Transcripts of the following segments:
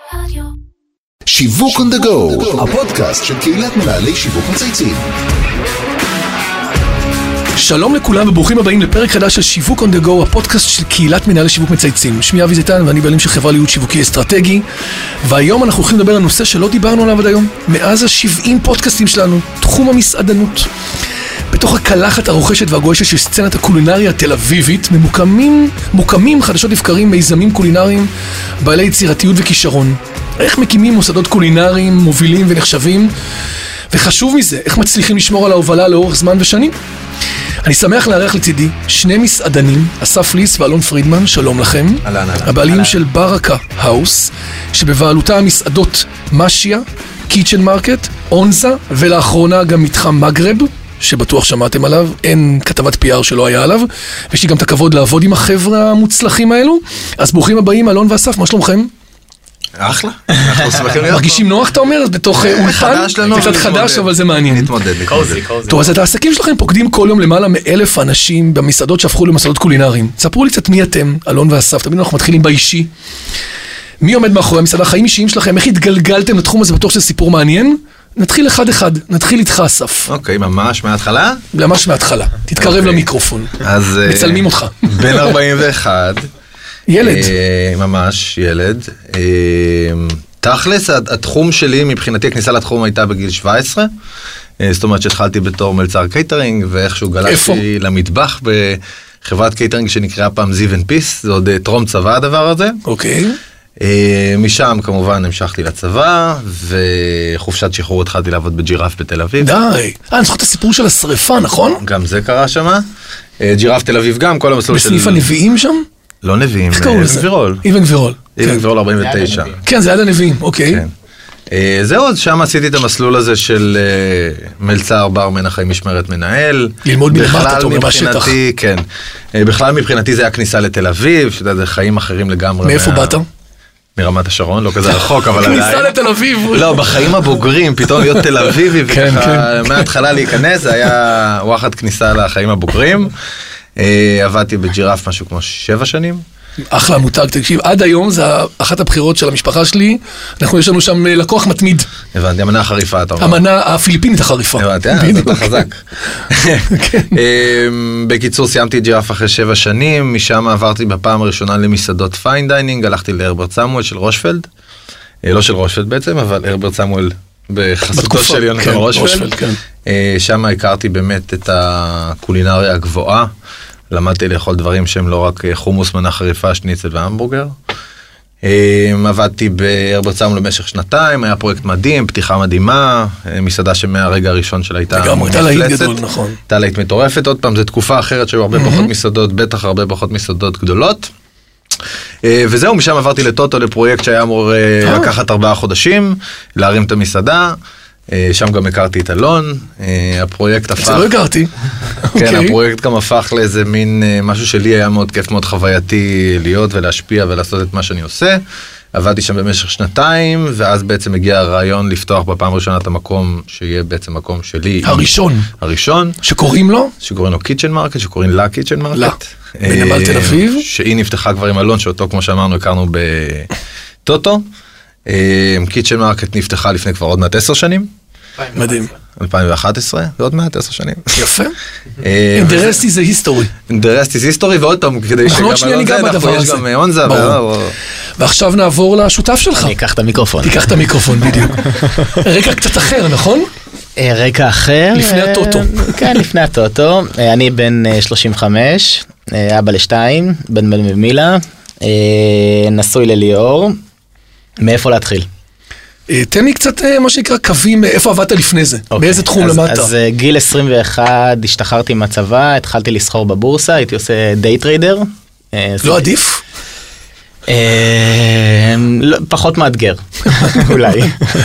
שיווק on the go, הפודקאסט של קהילת מנהלי שיווק מצייצים. שלום לכולם וברוכים הבאים לפרק חדש של שיווק on the go, הפודקאסט של קהילת מנהלי שיווק מצייצים. שמי אבי זיתן ואני בעלים של חברה לייעוץ שיווקי אסטרטגי, והיום אנחנו הולכים לדבר על נושא שלא דיברנו עליו עד היום, מאז ה-70 פודקאסטים שלנו, תחום המסעדנות. בתוך הקלחת הרוכשת והגועשת של סצנת הקולינריה התל אביבית, מוקמים חדשות לבקרים מיזמים קולינריים בעלי יצירתיות וכישרון. איך מקימים מוסדות קולינריים מובילים ונחשבים, וחשוב מזה, איך מצליחים לשמור על ההובלה לאורך זמן ושנים. אני שמח לארח לצידי שני מסעדנים, אסף ליס ואלון פרידמן, שלום לכם. הבעלים של ברקה האוס, שבבעלותה המסעדות משיה, קיצ'ן מרקט, אונזה, ולאחרונה גם מתחם מגרב, שבטוח שמעתם עליו, אין כתבת PR שלא היה עליו, ויש לי גם את הכבוד לעבוד עם החבר'ה המוצלחים האלו. אז ברוכים הבאים, אלון ואסף, מה שלומכם? אחלה, אנחנו שמחים להיות. מרגישים נוח, אתה אומר? בתוך אולפן? זה קצת חדש, אבל זה מעניין. נתמודד. טוב, אז את העסקים שלכם פוקדים כל יום למעלה מ1,000 אנשים במסעדות שהפכו למסעדות קולינריים. ספרו לי קצת מי אתם, אלון ואסף, תמיד אנחנו מתחילים באישי. מי עומד מאחורי המסעדה? החיים אישיים שלכם, איך התגלגלתם לתחום הזה? בטוח שזה סיפור מעניין. נתחיל אחד-אחד, נתחיל איתך אסף. אוקיי, ממש מההתחלה? ממש מההתחלה, תתקרב למיקרופון. אז מצלמים אותך. בן 41. ילד. ממש ילד. תכלס, התחום שלי, מבחינתי הכניסה לתחום הייתה בגיל 17. זאת אומרת שהתחלתי בתור מלצר קייטרינג, ואיכשהו גלשתי למטבח בחברת קייטרינג שנקראה פעם זיו אנד פיס, זה עוד טרום צבא הדבר הזה. אוקיי. משם כמובן המשכתי לצבא, וחופשת שחרור התחלתי לעבוד בג'ירף בתל אביב. די. אני זוכר את הסיפור של השריפה, נכון? גם זה קרה שמה. ג'ירף תל אביב גם, כל המסלול של... בסניף הנביאים שם? לא נביאים, איך קראו לזה? אבן גבירול. אבן גבירול. אבן גבירול 49. כן, זה עד הנביאים, אוקיי. זהו, שם עשיתי את המסלול הזה של מלצר ברמן אחרי משמרת מנהל. ללמוד מלמטה, אתה אומר, בשטח. כן. בכלל מבחינתי זה היה כניסה לתל אביב, שאתה יודע, חיים אחרים לגמרי. מאיפה באת? מרמת השרון, לא כזה רחוק, אבל עדיין. כניסה לתל אביב. לא, בחיים הבוגרים, פתאום להיות תל אביבי, וככה מההתחלה להיכנס, זה היה וואחד כניסה לחיים הבוגרים. עבדתי בג'ירף משהו כמו 7 שנים. אחלה מותג, תקשיב, עד היום זה אחת הבחירות של המשפחה שלי, יש לנו שם לקוח מתמיד. הבנתי, המנה החריפה, אתה אומר. המנה הפיליפינית החריפה. הבנתי, זה אתה חזק. בקיצור, סיימתי את ג'ירף אחרי 7 שנים, משם עברתי בפעם הראשונה למסעדות פיין דיינינג, הלכתי להרברט סמואל של רושפלד, לא של רושפלד בעצם, אבל הרברט סמואל בחסותו של יונתן רושפלד. שם הכרתי באמת את הקולינריה הגבוהה, למדתי לאכול דברים שהם לא רק חומוס, מנה חריפה, שניצל והמבורגר. עבדתי בהרברט סמואל למשך 2 היה פרויקט מדהים, פתיחה מדהימה, מסעדה שמהרגע הראשון שלה הייתה מפלצת. הייתה להיט גדול, נכון. הייתה להיט מטורפת, עוד פעם, זו תקופה אחרת שהיו הרבה פחות מסעדות, בטח הרבה פחות מסעדות גדולות. וזהו, משם עברתי לטוטו, לפרויקט שהיה אמור לקחת 4 חודשים, להרים את המסעדה. שם גם הכרתי את אלון, הפרויקט הפך... זה לא הכרתי. כן, הפרויקט גם הפך לאיזה מין משהו שלי היה מאוד כיף, מאוד חווייתי להיות ולהשפיע ולעשות את מה שאני עושה. עבדתי שם במשך 2 ואז בעצם הגיע הרעיון לפתוח בפעם ראשונה את המקום שיהיה בעצם מקום שלי. הראשון. שקוראים לו? שקוראים לו קיצ'ן מרקט, שקוראים לה קיצ'ן מרקט. בנמל תל אביב. שהיא נפתחה כבר עם אלון, שאותו כמו שאמרנו הכרנו בטוטו. קיצ'ן מרקט נפתחה לפני כבר עוד מעט 10 שנים. מדהים. 2011, ועוד מעט 10 שנים. יפה. The rest is a history. The rest is history, ועוד פעם, כדי שגם על זה, יש גם אונזה. ועכשיו נעבור לשותף שלך. אני אקח את המיקרופון. תיקח את המיקרופון, בדיוק. רקע קצת אחר, נכון? רקע אחר. לפני הטוטו. כן, לפני הטוטו. אני בן 35, אבא ל2, בן במילה, נשוי לליאור. מאיפה להתחיל? תן לי קצת מה שנקרא קווים, איפה עבדת לפני זה? באיזה תחום למדת? אז גיל 21 השתחררתי מהצבא, התחלתי לסחור בבורסה, הייתי עושה דיי טריידר. לא עדיף? פחות מאתגר, אולי.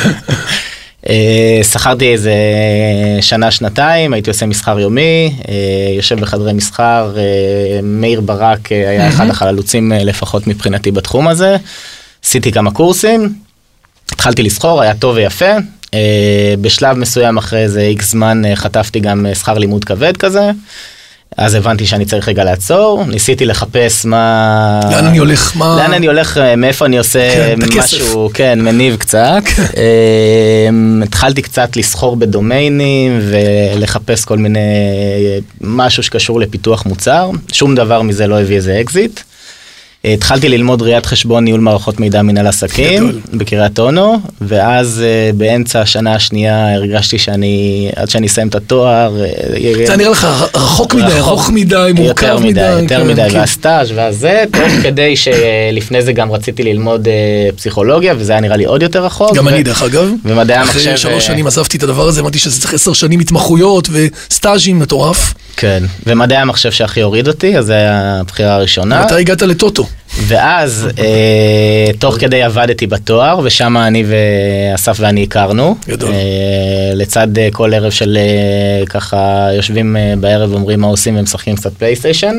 שכרתי איזה שנה-שנתיים, הייתי עושה מסחר יומי, יושב בחדרי מסחר, מאיר ברק היה אחד החלוצים לפחות מבחינתי בתחום הזה, עשיתי כמה קורסים, התחלתי לסחור, היה טוב ויפה, בשלב מסוים אחרי איזה איקס זמן חטפתי גם שכר לימוד כבד כזה, אז הבנתי שאני צריך רגע לעצור, ניסיתי לחפש מה... לאן אני הולך? לאן אני הולך, מאיפה אני עושה משהו, כן, מניב קצת. התחלתי קצת לסחור בדומיינים ולחפש כל מיני משהו שקשור לפיתוח מוצר. שום דבר מזה לא הביא איזה אקזיט. התחלתי ללמוד ראיית חשבון ניהול מערכות מידע מנהל עסקים בקריית אונו, ואז באמצע השנה השנייה הרגשתי עד שאני אסיים את התואר... זה נראה לך רחוק מדי, ארוך מדי, מורכב מדי. יותר מדי, והסטאז' והזה, תוך כדי שלפני זה גם רציתי ללמוד פסיכולוגיה, וזה היה נראה לי עוד יותר רחוק. גם אני דרך אגב. ומדעי המחשב... אחרי 3 שנים עזבתי את הדבר הזה, אמרתי שזה צריך 10 שנים התמחויות וסטאז'ים מטורף. כן, ומדעי המחשב שהכי הוריד אותי, אז זה היה הבחירה הראשונה. ואתה הגעת לטוטו. ואז תוך כדי עבדתי בתואר, ושם אני ואסף ואני הכרנו. גדול. לצד כל ערב של ככה יושבים בערב ואומרים מה עושים ומשחקים קצת פלייסטיישן.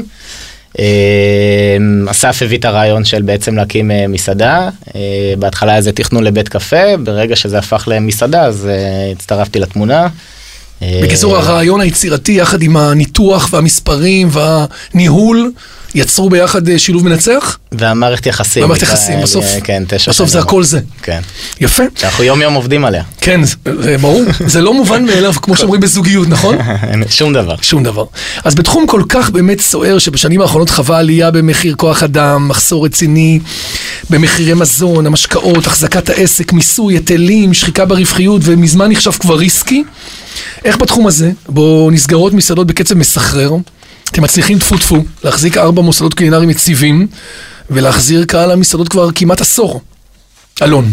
אסף הביא את הרעיון של בעצם להקים מסעדה. בהתחלה היה זה תכנון לבית קפה, ברגע שזה הפך למסעדה אז הצטרפתי לתמונה. בקיצור, הרעיון היצירתי יחד עם הניתוח והמספרים והניהול יצרו ביחד שילוב מנצח? והמערכת יחסים. והמערכת יחסים, בסוף. כן, 9 בסוף זה הכל זה. כן. יפה. שאנחנו יום יום עובדים עליה. כן, זה ברור. זה לא מובן מאליו, כמו שאומרים בזוגיות, נכון? שום דבר. שום דבר. אז בתחום כל כך באמת סוער, שבשנים האחרונות חווה עלייה במחיר כוח אדם, מחסור רציני, במחירי מזון, המשקאות, החזקת העסק, מיסוי, היטלים, שחיקה ברווחיות, ומזמן נחשב כבר ריסקי. איך בתחום הזה, בו נסגרות מסעדות בקצב מסחרר, אתם מצליחים טפו-טפו, להחזיק 4 מוסדות קולינריים יציבים, ולהחזיר קהל למסעדות כבר כמעט עשור. אלון.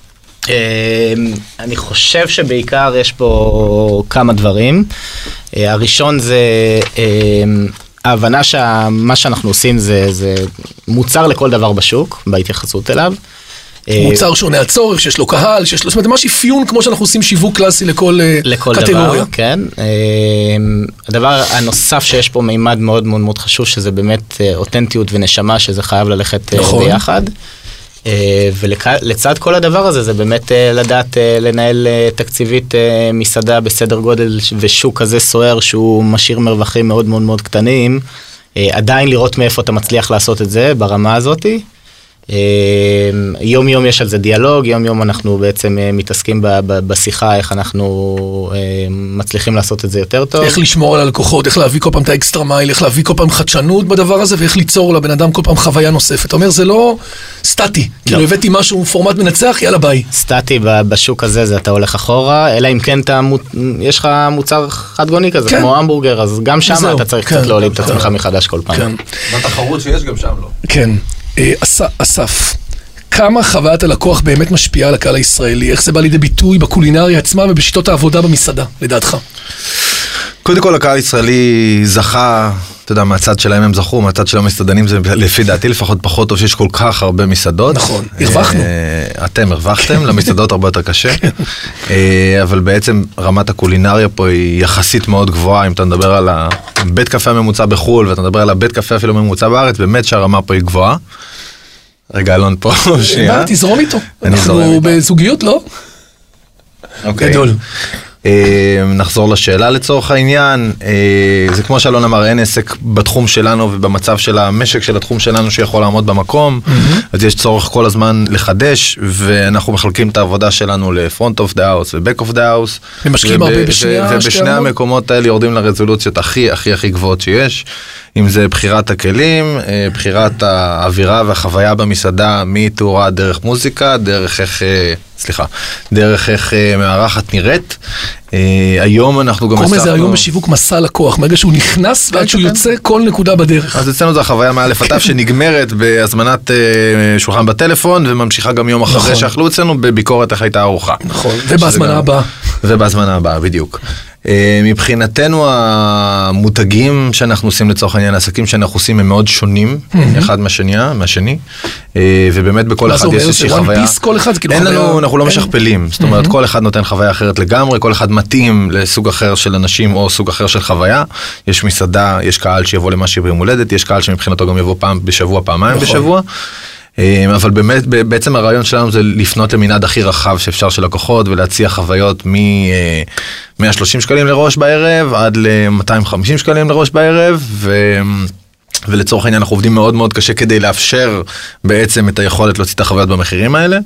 אני חושב שבעיקר יש פה כמה דברים. הראשון זה ההבנה שמה שאנחנו עושים זה מוצר לכל דבר בשוק, בהתייחסות אליו. מוצר שעונה על צורך, שיש לו קהל, שיש לו, זאת אומרת, ממש אפיון כמו שאנחנו עושים שיווק קלאסי לכל קטגוריה. דבר, כן. הדבר הנוסף שיש פה מימד מאוד מאוד מאוד חשוב, שזה באמת אותנטיות ונשמה, שזה חייב ללכת ביחד. ולצד כל הדבר הזה, זה באמת לדעת לנהל תקציבית מסעדה בסדר גודל ושוק כזה סוער, שהוא משאיר מרווחים מאוד מאוד מאוד קטנים, עדיין לראות מאיפה אתה מצליח לעשות את זה ברמה הזאת. יום יום יש על זה דיאלוג, יום יום אנחנו בעצם מתעסקים בשיחה, איך אנחנו מצליחים לעשות את זה יותר טוב. איך לשמור על הלקוחות, איך להביא כל פעם את האקסטרה מייל, איך להביא כל פעם חדשנות בדבר הזה, ואיך ליצור לבן אדם כל פעם חוויה נוספת. אתה אומר, זה לא סטטי, כאילו הבאתי משהו, פורמט מנצח, יאללה ביי. סטטי בשוק הזה, זה אתה הולך אחורה, אלא אם כן יש לך מוצר חד גוני כזה, כמו המבורגר, אז גם שם אתה צריך קצת להוליד את עצמך מחדש כל פעם. בתחרות שיש גם שם לא. כן. אסף, כמה חוויית הלקוח באמת משפיעה על הקהל הישראלי? איך זה בא לידי ביטוי בקולינריה עצמה ובשיטות העבודה במסעדה, לדעתך? קודם כל, הקהל הישראלי זכה, אתה יודע, מהצד שלהם הם זכו, מהצד של המסעדנים זה לפי דעתי לפחות פחות טוב שיש כל כך הרבה מסעדות. נכון, הרווחנו. אתם הרווחתם, למסעדות הרבה יותר קשה. אבל בעצם רמת הקולינריה פה היא יחסית מאוד גבוהה, אם אתה מדבר על הבית קפה הממוצע בחול, ואתה מדבר על הבית קפה אפילו ממוצע בארץ, באמת שהרמה פה היא גבוהה. רגע, אלון פה, שנייה. תזרום איתו. אנחנו בזוגיות, לא? גדול. נחזור לשאלה לצורך העניין, זה כמו שאלון אמר, אין עסק בתחום שלנו ובמצב של המשק של התחום שלנו שיכול לעמוד במקום, אז יש צורך כל הזמן לחדש, ואנחנו מחלקים את העבודה שלנו לפרונט אוף דה האוס ובק אוף דה האוס, ובשני המקומות האלה יורדים לרזולוציות הכי הכי הכי גבוהות שיש, אם זה בחירת הכלים, בחירת האווירה והחוויה במסעדה, מתאורה דרך מוזיקה, דרך איך מארחת נראית. היום אנחנו גם קוראים לזה היום בשיווק מסע לקוח, מרגע שהוא נכנס ועד שהוא יוצא כל נקודה בדרך. אז אצלנו זה החוויה מאלף עד תו שנגמרת בהזמנת שולחן בטלפון, וממשיכה גם יום אחרי שאכלו אצלנו בביקורת איך הייתה ארוחה. נכון, ובהזמנה הבאה. ובהזמנה הבאה, בדיוק. מבחינתנו המותגים שאנחנו עושים לצורך העניין, העסקים שאנחנו עושים הם מאוד שונים אחד מהשני, ובאמת בכל אחד יש איזושהי חוויה. אין לנו, אנחנו לא משכפלים, זאת אומרת כל אחד נותן חוויה אחרת לגמרי, כל אחד מתאים לסוג אחר של אנשים או סוג אחר של חוויה. יש מסעדה, יש קהל שיבוא למה שיבוא יום הולדת, יש קהל שמבחינתו גם יבוא פעם בשבוע, פעמיים בשבוע. אבל באמת, בעצם הרעיון שלנו זה לפנות למנעד הכי רחב שאפשר של לקוחות, ולהציע חוויות מ-130 שקלים לראש בערב, עד ל-250 שקלים לראש בערב, ולצורך העניין אנחנו עובדים מאוד מאוד קשה כדי לאפשר בעצם את היכולת להוציא את החוויות במחירים האלה.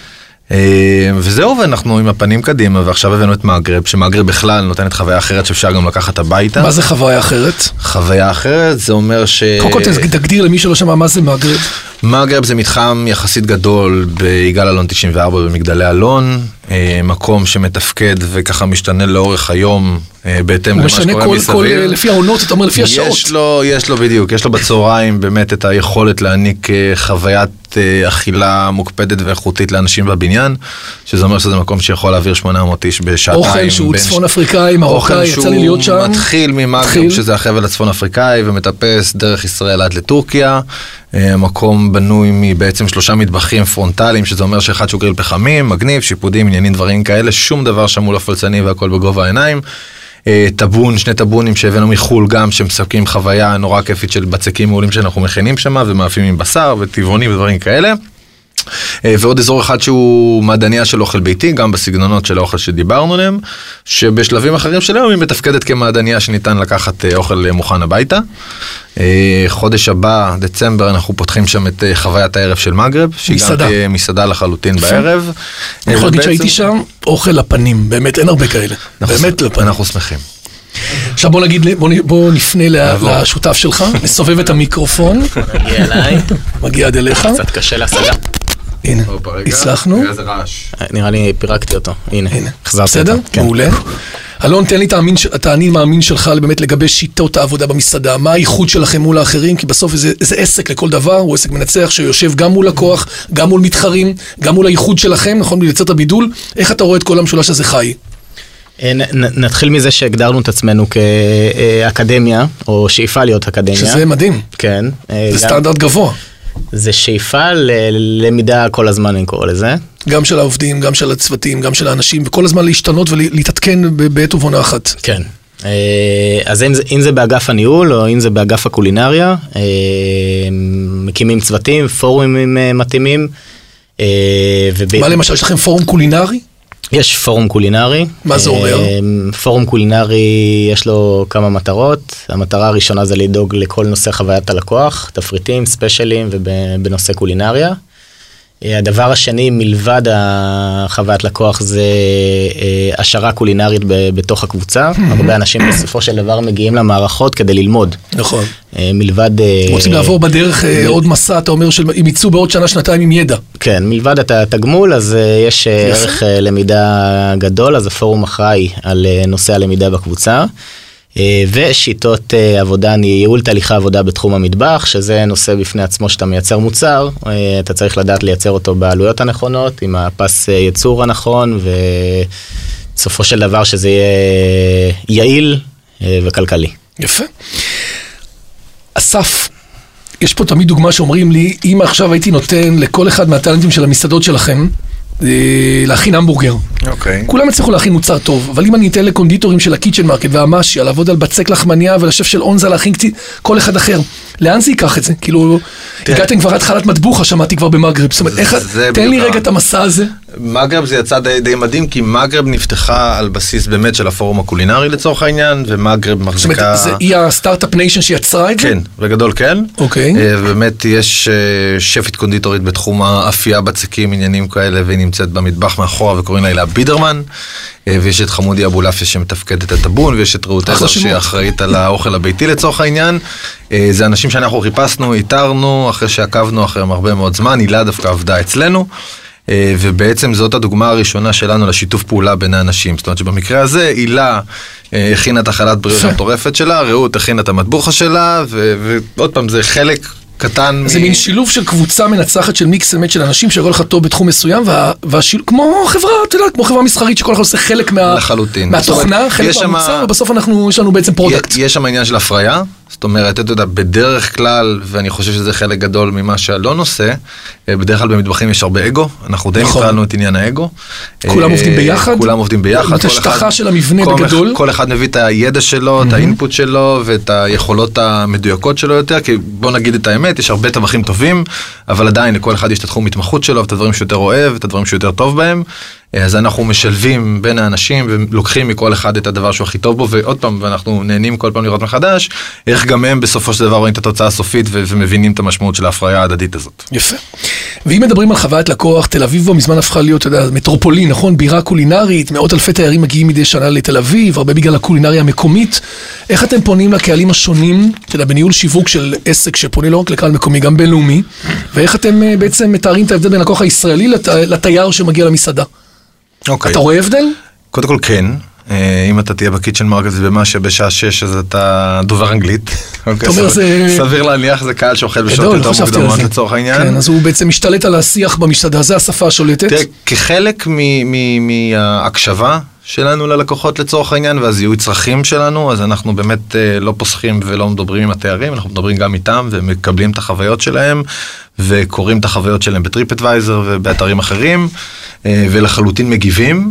וזהו, ואנחנו עם הפנים קדימה, ועכשיו הבאנו את מאגרב, שמאגרב בכלל נותנת חוויה אחרת שאפשר גם לקחת הביתה. מה זה חוויה אחרת? חוויה אחרת, זה אומר קודם כל תגדיר למי שלא שמע מה זה מאגרב. מאגרב זה מתחם יחסית גדול ביגאל אלון 94 במגדלי אלון, מקום שמתפקד וככה משתנה לאורך היום בהתאם למה שקורה מסביב. הוא משנה לפי העונות, אתה אומר לפי השעות. יש לו בדיוק, יש לו בצהריים באמת את היכולת להעניק חוויית אכילה מוקפדת ואיכותית לאנשים בבניין, שזה אומר שזה מקום שיכול להעביר 800 איש בשעתיים. אוכל שהוא צפון אפריקאי, מרוקאי, יצא לי להיות שם. אוכל שהוא מתחיל ממאגרב, שזה החבל הצפון אפריקאי, ומטפס דרך ישראל עד לטורקיה. מקום בנוי מבעצם 3 מטבחים פרונטליים, שזה אומר שאחד שהוא גריל פחמים, מגניב, שיפודים, עניינים, דברים כאלה, שום דבר שמול הפלצני והכל בגובה העיניים. טבון, 2 טבונים שהבאנו מחול גם, שמספקים חוויה נורא כיפית של בצקים מעולים שאנחנו מכינים שם, ומאפים עם בשר וטבעונים ודברים כאלה. ועוד אזור אחד שהוא מעדניה של אוכל ביתי, גם בסגנונות של האוכל שדיברנו עליהם, שבשלבים אחרים של היום היא מתפקדת כמעדניה שניתן לקחת אוכל מוכן הביתה. חודש הבא, דצמבר, אנחנו פותחים שם את חוויית הערב של מאגרב, שהיא גם תהיה מסעדה לחלוטין בערב. אני יכול להגיד שהייתי שם, אוכל לפנים, באמת אין הרבה כאלה. באמת לפנים. אנחנו שמחים. עכשיו בוא נפנה לשותף שלך, נסובב את המיקרופון. מגיע אליי. מגיע עד אליך. קצת קשה להשגה. הנה, הצלחנו. נראה לי פירקתי אותו. הנה, החזרתי בסדר? מעולה. אלון, תן לי את האני מאמין שלך באמת לגבי שיטות העבודה במסעדה. מה הייחוד שלכם מול האחרים? כי בסוף זה עסק לכל דבר, הוא עסק מנצח שיושב גם מול לקוח, גם מול מתחרים, גם מול הייחוד שלכם, נכון? לייצר את הבידול. איך אתה רואה את כל המשולש הזה חי? נתחיל מזה שהגדרנו את עצמנו כאקדמיה, או שאיפה להיות אקדמיה. שזה מדהים. כן. זה סטנדרט גבוה. זה שאיפה ללמידה כל הזמן, אני קורא לזה. גם של העובדים, גם של הצוותים, גם של האנשים, וכל הזמן להשתנות ולהתעדכן בעת ובעונה אחת. כן. אז אם זה באגף הניהול, או אם זה באגף הקולינריה, מקימים צוותים, פורומים מתאימים. מה למשל, יש לכם פורום קולינרי? יש פורום קולינרי. מה זה אומר? פורום קולינרי יש לו כמה מטרות. המטרה הראשונה זה לדאוג לכל נושא חוויית הלקוח, תפריטים, ספיישלים ובנושא קולינריה. הדבר השני מלבד החוויית לקוח זה השערה קולינרית בתוך הקבוצה. הרבה אנשים בסופו של דבר מגיעים למערכות כדי ללמוד. נכון. מלבד... רוצים לעבור בדרך עוד מסע, אתה אומר, אם יצאו בעוד שנה, שנתיים עם ידע. כן, מלבד את התגמול, אז יש ערך למידה גדול, אז הפורום אחראי על נושא הלמידה בקבוצה. ושיטות עבודה, ייעול תהליכי עבודה בתחום המטבח, שזה נושא בפני עצמו שאתה מייצר מוצר, אתה צריך לדעת לייצר אותו בעלויות הנכונות, עם הפס ייצור הנכון, וסופו של דבר שזה יהיה יעיל וכלכלי. יפה. אסף, יש פה תמיד דוגמה שאומרים לי, אם עכשיו הייתי נותן לכל אחד מהטלנטים של המסעדות שלכם, להכין המבורגר. כולם הצליחו להכין מוצר טוב, אבל אם אני אתן לקונדיטורים של הקיצ'ן מרקט והמשי, לעבוד על בצק לחמניה ולשף של אונזה להכין קצת כל אחד אחר, לאן זה ייקח את זה? כאילו, הגעתם כבר התחלת מטבוחה, שמעתי כבר במאגרב, זאת אומרת, תן לי רגע את המסע הזה. מאגרב זה יצא די מדהים, כי מאגרב נפתחה על בסיס באמת של הפורום הקולינרי לצורך העניין, ומאגרב מחזיקה... זאת אומרת, היא הסטארט-אפ ניישן שיצרה את זה? כן, בגדול כן. אוקיי. ובאמת יש שפית קונדיטורית בתחום האפייה בצקים, עניינים כאלה, והיא נמצאת במטבח מאחורה וקוראים לה בידרמן, ויש את חמודי אבולאפיה שמתפקד את הטבון, ויש את רעות עזר שהיא אחראית על האוכל הביתי לצורך העניין. זה אנשים שאנחנו חיפשנו, איתרנו, אחרי שעקבנו אחריהם הרבה מאוד זמן, הילה דווקא עבדה אצלנו, ובעצם זאת הדוגמה הראשונה שלנו לשיתוף פעולה בין האנשים. זאת אומרת שבמקרה הזה, הילה הכינה את החלת בריאות המטורפת שלה, רעות הכינה את המטבוחה שלה, ועוד פעם זה חלק קטן. זה מין שילוב של קבוצה מנצחת של מיקס אמת של אנשים שהכל לך טוב בתחום מסוים, כמו חברה, אתה יודע, כמו חברה מסחרית שכל אחד עושה חלק מהתוכנה, חלק מהמוצר, ובסוף יש לנו בעצם פרודקט. יש שם העניין של הפריה, זאת אומרת, אתה יודע, בדרך כלל, ואני חושב שזה חלק גדול ממה שלא נושא, בדרך כלל במטבחים יש הרבה אגו, אנחנו די נטרלנו את עניין האגו. כולם עובדים ביחד? כולם עובדים ביחד. את השטחה של המבנה בגדול? כל אחד מביא את הידע שלו, את האינפוט שלו, ואת היכולות המדויקות שלו יותר, כי בוא נגיד את האמת, יש הרבה טבחים טובים, אבל עדיין לכל אחד יש את התחום התמחות שלו, ואת הדברים שיותר אוהב, את הדברים שיותר טוב בהם. אז אנחנו משלבים בין האנשים ולוקחים מכל אחד את הדבר שהוא הכי טוב בו, ועוד פעם, ואנחנו נהנים כל פעם לראות מחדש, איך גם הם בסופו של דבר רואים את התוצאה הסופית ומבינים את המשמעות של ההפריה ההדדית הזאת. יפה. ואם מדברים על חוויית לקוח, תל אביב בו מזמן הפכה להיות, אתה יודע, מטרופולין, נכון? בירה קולינרית, מאות אלפי תיירים מגיעים מדי שנה לתל אביב, הרבה בגלל הקולינריה המקומית. איך אתם פונים לקהלים השונים, אתה יודע, בניהול שיווק של עסק שפונה לא רק לקהל מקומי, גם בינלאומי, ואיך אתם בעצם מתארים את ההבדל בין לקוח הישראלי לתייר שמגיע למסעדה? אתה רואה הבדל? קודם כל כן, אם אתה תהיה בקיצ'ן מרקט במה שבשעה 6 אז אתה דובר אנגלית. סביר להניח זה קהל שאוכל בשעות יותר מוקדמות לצורך העניין. כן, אז הוא בעצם משתלט על השיח במסעדה, זה השפה השולטת. תראה, כחלק מההקשבה שלנו ללקוחות לצורך העניין והזיהוי צרכים שלנו, אז אנחנו באמת לא פוסחים ולא מדברים עם התיירים, אנחנו מדברים גם איתם ומקבלים את החוויות שלהם וקוראים את החוויות שלהם בטריפ אדוויזר ובאתרים אחרים ולחלוטין מגיבים.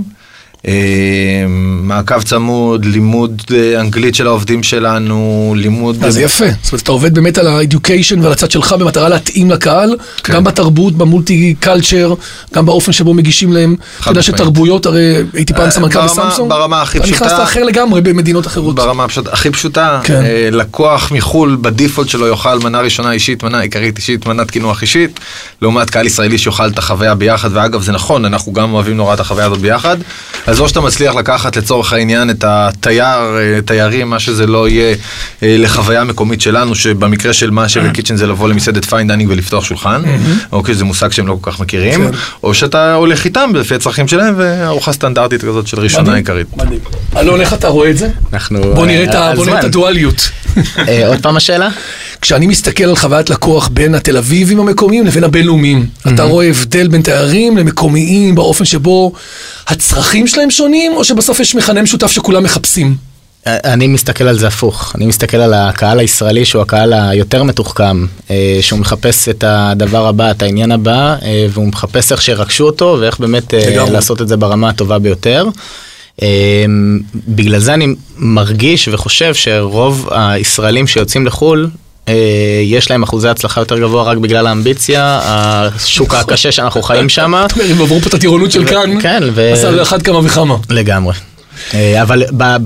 מעקב צמוד, לימוד אנגלית של העובדים שלנו, לימוד... אז יפה, זאת אומרת, אתה עובד באמת על ה-education ועל הצד שלך במטרה להתאים לקהל, גם בתרבות, במולטי קלצ'ר, גם באופן שבו מגישים להם, אתה יודע שתרבויות, הרי הייתי פעם סמנכ"ל בסמסונג, ברמה הכי פשוטה, אני נכנסת אחר לגמרי במדינות אחרות. ברמה הכי פשוטה, לקוח מחול בדיפולט שלו יאכל מנה ראשונה אישית, מנה עיקרית אישית, מנת קינוח אישית, לעומת קהל ישראלי שיאכל את החוויה ביחד, ואגב זה נכון, אנחנו גם אוהבים נורא את החוויה הזאת ביחד. אז או שאתה מצליח לקחת לצורך העניין את התיירים, מה שזה לא יהיה לחוויה מקומית שלנו, שבמקרה של מה שבקיצ'ן זה לבוא למסעדת פיין דיינינג ולפתוח שולחן, אוקיי, זה מושג שהם לא כל כך מכירים, או שאתה הולך איתם לפי הצרכים שלהם, וארוחה סטנדרטית כזאת של ראשונה עיקרית. מדהים. אלון, איך אתה רואה את זה? בוא נראה את הדואליות. עוד פעם השאלה? כשאני מסתכל על חוויית לקוח בין התל אביבים המקומיים לבין הבינלאומיים, אתה רואה הבדל בין תיירים למקומיים באופן שבו הצרכים שלהם שונים, או שבסוף יש מכנה משותף שכולם מחפשים? אני מסתכל על זה הפוך. אני מסתכל על הקהל הישראלי שהוא הקהל היותר מתוחכם, שהוא מחפש את הדבר הבא, את העניין הבא, והוא מחפש איך שירקשו אותו, ואיך באמת לעשות את זה ברמה הטובה ביותר. בגלל זה אני מרגיש וחושב שרוב הישראלים שיוצאים לחול, יש להם אחוזי הצלחה יותר גבוה רק בגלל האמביציה, השוק הקשה שאנחנו חיים שם. זאת אומרת, אם עברו פה את הטירונות של כאן, עשה לאחד כמה וכמה. לגמרי. אבל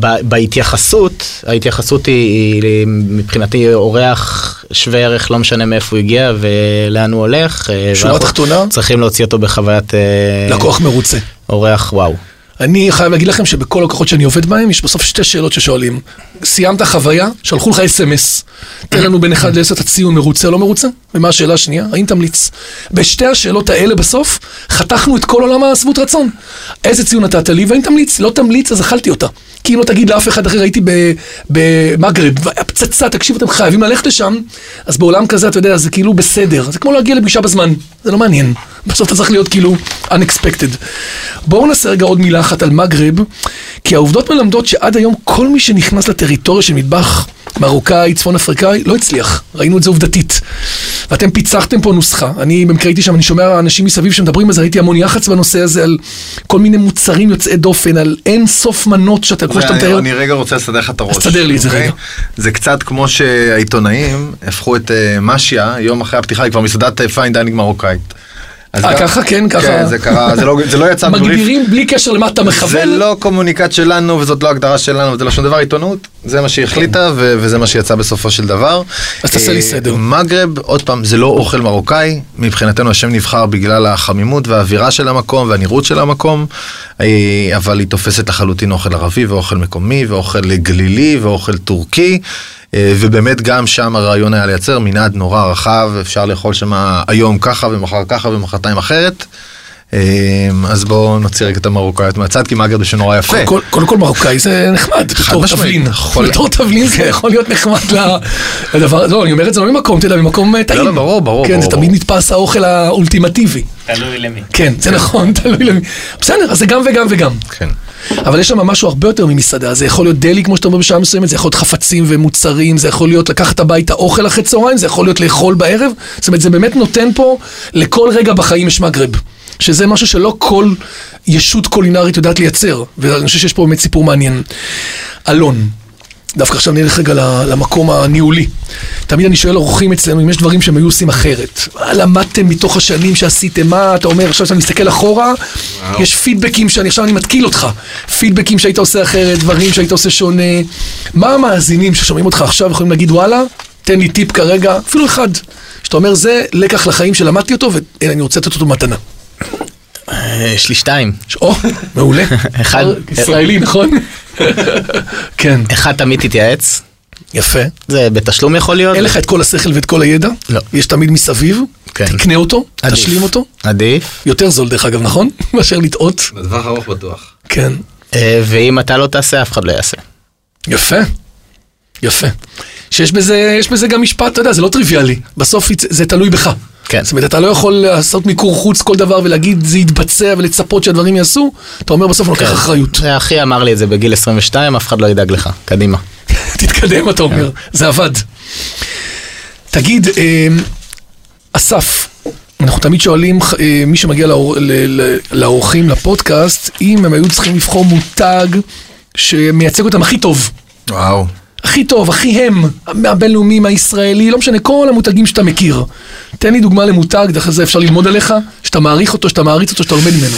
ההתייחסות היא מבחינתי אורח שווה ערך, לא משנה מאיפה הוא הגיע ולאן הוא הולך. שורה תחתונה? צריכים להוציא אותו בחוויית... לקוח מרוצה. אורח, וואו. אני חייב להגיד לכם שבכל לקוחות שאני עובד בהם, יש בסוף שתי שאלות ששואלים. סיימת חוויה, שלחו לך SMS. תן לנו בין 1 ל-10 את הציון מרוצה או לא מרוצה? ומה השאלה השנייה? האם תמליץ? בשתי השאלות האלה בסוף, חתכנו את כל עולם השביעות רצון. איזה ציון נתת לי, והאם תמליץ? לא תמליץ, אז אכלתי אותה. כי אם לא תגיד לאף אחד אחר, הייתי במגרב, פצצה, תקשיב, אתם חייבים ללכת לשם, אז בעולם כזה, אתה יודע, זה כאילו בסדר. זה כמו להגיע לפגישה בזמן. זה לא מעניין. בסוף אתה צריך להיות כאילו unexpected. בואו נעשה רגע עוד מילה אחת על מגרב, כי העובדות מלמדות שעד היום כל מי שנכנס לטריטוריה של מטבח מרוקאי, צפון אפריקאי, לא הצליח. ראינו את זה עובדתית. ואתם פיצחתם פה נוסחה. אני במקרה הייתי שם, אני שומע אנשים מסביב שמדברים על זה, ראיתי המון יח"צ בנושא הזה, על כל מיני מוצרים יוצאי דופן, על אין סוף מנות שאתה, כמו שאתה מתאר. אני רגע רוצה לסדר לך את הראש. אז תסדר לי את זה רגע. זה קצת כמו שהעיתונאים הפכו את משיה, יום אחרי הפתיחה, היא כבר מסעדת פיין דיינינג מרוקאית. ככה, כן, ככה. כן, זה קרה, זה לא יצא בבריף. מגדירים בלי קשר למה אתה מכוון. זה לא קומוניקט שלנו, וזאת לא הגדרה שלנו, זה לא שום דבר עיתונות. זה מה שהיא החליטה, וזה מה שיצא בסופו של דבר. אז תעשה לי סדר. מגרב, עוד פעם, זה לא אוכל מרוקאי. מבחינתנו השם נבחר בגלל החמימות והאווירה של המקום, והנראות של המקום. אבל היא תופסת לחלוטין אוכל ערבי, ואוכל מקומי, ואוכל גלילי, ואוכל טורקי. ובאמת גם שם הרעיון היה לייצר מנעד נורא רחב, אפשר לאכול שם היום ככה ומחר ככה ומחרתיים אחרת. אז בואו נוציא רגע את המרוקאיות מהצד, כי מגרב זה נורא יפה. קודם כל מרוקאי זה נחמד, בתור תבלין. בתור תבלין זה יכול להיות נחמד לדבר, לא, אני אומר את זה לא ממקום, תדע, ממקום טעים. ברור. כן, זה תמיד נתפס האוכל האולטימטיבי. תלוי למי. כן, זה נכון, תלוי למי. בסדר, אז זה גם וגם וגם. כן. אבל יש שם משהו הרבה יותר ממסעדה, זה יכול להיות דלי כמו שאתה אומר בשעה מסוימת, זה יכול להיות חפצים ומוצרים, זה יכול להיות לקחת הביתה אוכל אחרי צהריים, זה יכול להיות לאכול בערב, זאת אומרת זה באמת נותן פה לכל רגע בחיים יש מגרב, שזה משהו שלא כל ישות קולינרית יודעת לייצר, ואני חושב שיש פה באמת סיפור מעניין. אלון, דווקא עכשיו נלך רגע למקום הניהולי. תמיד אני שואל אורחים אצלנו אם יש דברים שהם היו עושים אחרת. מה למדתם מתוך השנים שעשיתם? מה אתה אומר? עכשיו שאני מסתכל אחורה, יש פידבקים עכשיו אני מתקיל אותך. פידבקים שהיית עושה אחרת, דברים שהיית עושה שונה. מה המאזינים ששומעים אותך עכשיו יכולים להגיד וואלה, תן לי טיפ כרגע, אפילו אחד. שאתה אומר זה לקח לחיים שלמדתי אותו ואני רוצה לתת אותו מתנה. יש לי 2. מעולה. אחד. ישראלי, נכון? כן. אחד תמיד תתייעץ. יפה. זה בתשלום יכול להיות. אין לך את כל השכל ואת כל הידע? לא. יש תמיד מסביב? כן. תקנה אותו? תשלים אותו? עדיף. יותר זול דרך אגב, נכון? מאשר לטעות. בטווח ארוך בטוח. כן. ואם אתה לא תעשה, אף אחד לא יעשה. יפה. יפה. שיש בזה גם משפט, אתה יודע, זה לא טריוויאלי. בסוף זה תלוי בך. כן. זאת אומרת, אתה לא יכול לעשות מיקור חוץ כל דבר ולהגיד זה יתבצע ולצפות שהדברים יעשו, אתה אומר בסוף לוקח אחריות. אחי אמר לי את זה בגיל 22, אף אחד לא ידאג לך. קדימה. תתקדם, אתה אומר. זה עבד. תגיד, אסף, אנחנו תמיד שואלים מי שמגיע לאורחים לפודקאסט, אם הם היו צריכים לבחור מותג שמייצג אותם הכי טוב. וואו. הכי טוב, הכי הם, מהבינלאומי, מהישראלי, לא משנה, כל המותגים שאתה מכיר. תן לי דוגמה למותג, אחרי זה אפשר ללמוד עליך, שאתה מעריך אותו, שאתה מעריץ אותו, שאתה לומד ממנו.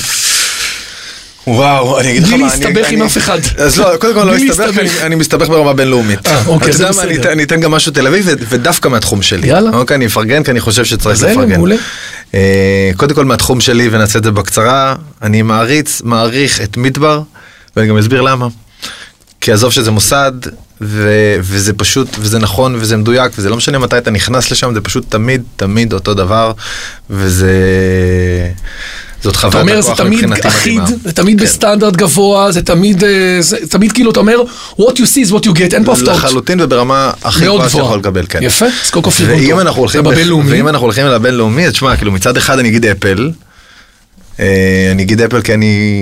וואו, אני אגיד לך מה, בלי להסתבך עם אף אחד. אז לא, קודם כל לא להסתבך, אני מסתבך ברמה בינלאומית. אוקיי, זה בסדר. אני אתן גם משהו תל אביב, ודווקא מהתחום שלי. יאללה. אוקיי, אני אפרגן, כי אני חושב שצריך זה לפרגן. מעולה. קודם כל מהתחום שלי, ונעשה את זה בקצרה, אני מעריך את מדבר, ואני גם אסביר למה. כי עזוב שזה מוסד, וזה פשוט, וזה נכון, וזה מדויק, וזה לא משנה מתי אתה נכנס לשם, זה פשוט תמיד אותו דבר, זאת חוויית הכוח מבחינתי מדהימה. אתה אומר, זה תמיד אחיד, זה תמיד בסטנדרט גבוה, זה תמיד כאילו, אתה אומר, what you see is what you get, אין פה הפתעות. לחלוטין וברמה הכי גבוהה שיכול לקבל, כן. יפה, אז קודם כל ואם אנחנו הולכים לבינלאומי, אז תשמע, כאילו מצד אחד אני אגיד אפל, כי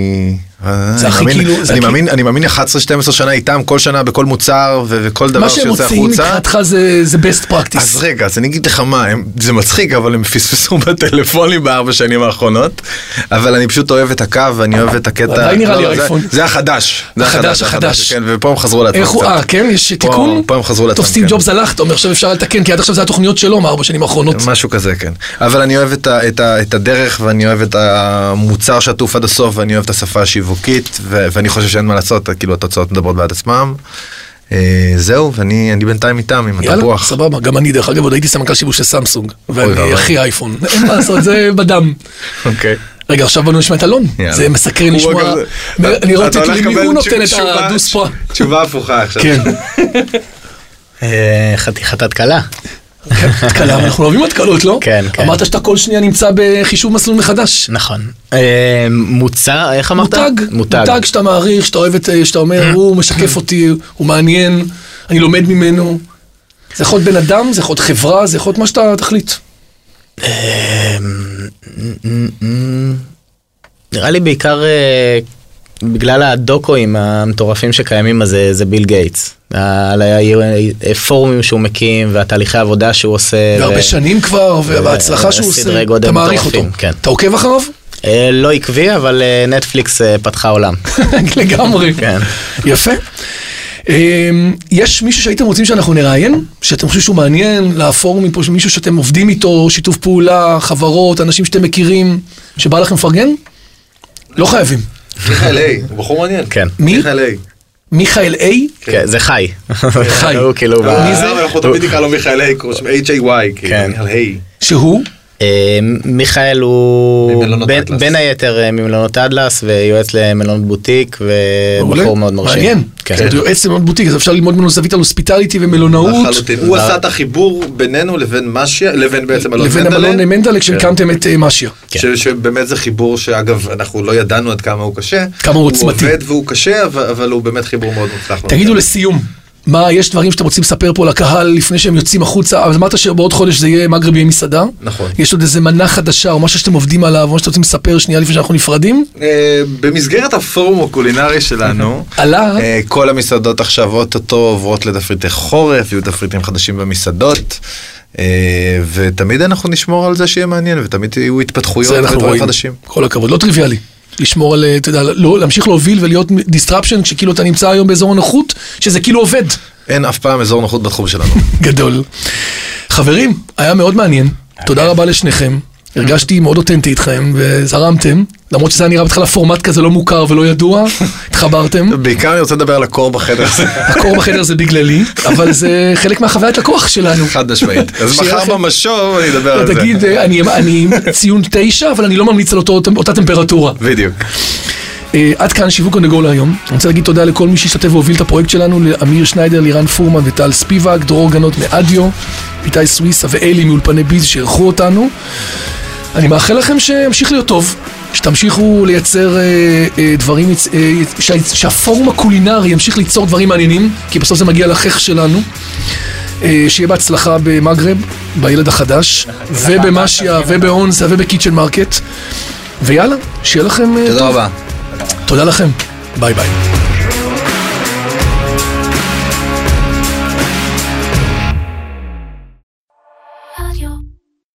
אני מאמין 11-12 שנה איתם, כל שנה בכל מוצר וכל דבר שיוצא החוצה. מה שהם מוצאים מבחינתך זה best practice. אז רגע, אז אני אגיד לך מה, זה מצחיק, אבל הם פספסו בטלפונים ב4 שנים האחרונות, אבל אני פשוט אוהב את הקו, ואני אוהב את הקטע. עדיין נראה לי אייפון. זה החדש. החדש. ופה הם חזרו לעצמם קצת. כן, יש תיקון? פה הם חזרו לעצמם. טוב, סטיב ג'ובס הלך, אתה אומר, עכשיו אפשר לתקן, כי עד עכשיו זה התוכניות שלו מ4 שנים האחרונות. משהו כזה, כן. אבל אני אוהב את הדרך, ואני אוהב את המוצר שעטוף עד הסוף, ואני אוהב את השפה השיווקית, ואני חושב שאין מה לעשות, כאילו התוצאות מדברות בעד עצמם. זהו, ואני בינתיים איתם, עם התפוח. יאללה, סבבה, גם אני דרך אגב, עוד הייתי סמנכ"ל שיווק של סמסונג, ואני הכי אייפון. אין מה לעשות, זה בדם. אוקיי. רגע, עכשיו בנו נשמע את אלון. זה מסקרן לשמוע. אני רואה אותי למי הוא נותן את הדוספרה. תשובה הפוכה עכשיו. כן. חתיכת התקלה. התקלה, אנחנו אוהבים התקלות, לא? כן, כן. אמרת שאתה כל שנייה נמצא בחישוב מסלול מחדש. נכון. מוצר, איך אמרת? מותג שאתה מעריך, שאתה אוהב, שאתה אומר, הוא משקף אותי, הוא מעניין, אני לומד ממנו. זה יכול להיות בן אדם, זה יכול להיות חברה, זה יכול להיות מה שאתה תחליט. נראה לי בעיקר בגלל הדוקואים המטורפים שקיימים, אז זה ביל גייטס. על הפורומים שהוא מקים והתהליכי העבודה שהוא עושה. והרבה שנים כבר, וההצלחה שהוא עושה, אתה מעריך אותו. אתה עוקב אחריו? לא עקבי, אבל נטפליקס פתחה עולם. לגמרי. יפה. יש מישהו שהייתם רוצים שאנחנו נראיין? שאתם חושבים שהוא מעניין, לפורומים פה, מישהו שאתם עובדים איתו, שיתוף פעולה, חברות, אנשים שאתם מכירים, שבא לכם לפרגן? לא חייבים. מיכאל איי, הוא בחור מעניין. כן. מי? מיכאל איי. מיכאל איי? כן, זה חי. חי. הוא כאילו... מי זה? אנחנו תמיד נקרא לו מיכאל איי, H-A-Y, כן. מיכאל איי. שהוא? מיכאל הוא בין היתר ממלונות אדלס ויועץ למלונות בוטיק ובחור מאוד מרשים. מעניין. הוא יועץ למלונות בוטיק, אז אפשר ללמוד ממנו זווית על הוספיטליטי ומלונאות. הוא עשה את החיבור בינינו לבין משיה, לבין בעצם המלון מנדלה כשהקמתם את משיה. שבאמת זה חיבור שאגב אנחנו לא ידענו עד כמה הוא קשה. כמה הוא עוצמתי. הוא עובד והוא קשה, אבל הוא באמת חיבור מאוד מוצלח. תגידו לסיום, מה, יש דברים שאתם רוצים לספר פה לקהל לפני שהם יוצאים החוצה, אבל אמרת שבעוד חודש זה יהיה מגרב יהיה מסעדה. נכון. יש עוד איזה מנה חדשה או משהו שאתם עובדים עליו, או שאתם רוצים לספר שנייה לפני שאנחנו נפרדים? במסגרת הפורום הקולינרי שלנו, כל המסעדות עכשיו אוטוטו עוברות לתפריטי חורף, יהיו תפריטים חדשים במסעדות, ותמיד אנחנו נשמור על זה שיהיה מעניין, ותמיד יהיו התפתחויות ודברים חדשים. כל הכבוד, לא טריוויאלי. לשמור על, אתה יודע, להמשיך להוביל ולהיות דיסטרפשן, כשכאילו אתה נמצא היום באזור הנוחות, שזה כאילו עובד. אין אף פעם אזור נוחות בתחום שלנו. גדול. חברים, היה מאוד מעניין. תודה רבה לשניכם. הרגשתי מאוד אותנטי איתכם, וזרמתם. למרות שזה נראה בתחילה פורמט כזה לא מוכר ולא ידוע, התחברתם. בעיקר אני רוצה לדבר על הקור בחדר. הקור בחדר זה בגללי, אבל זה חלק מהחוויית לקוח שלנו. חד משמעית. אז מחר במשוב אני אדבר על זה. תגיד, אני ציון 9, אבל אני לא ממליץ על אותה טמפרטורה. בדיוק. עד כאן שיווק on the go להיום. אני רוצה להגיד תודה לכל מי שהשתתף והוביל את הפרויקט שלנו, לאמיר שניידר, לירן פורמן וטל ספיבק, דרור גנות מאדיו, איתי סוויסה ואלי מאולפני ביז שערכו אותנו. אני מאחל לכם שימשיך להיות טוב, שתמשיכו לייצר דברים, שהפורום הקולינרי ימשיך ליצור דברים מעניינים, כי בסוף זה מגיע לחך שלנו. שיהיה בהצלחה במגרב, בילד החדש, ובמשיה, ובאונסה, ובקיצ'ן מרקט. ויאללה, שיהיה לכם תודה רבה. תודה לכם, ביי ביי.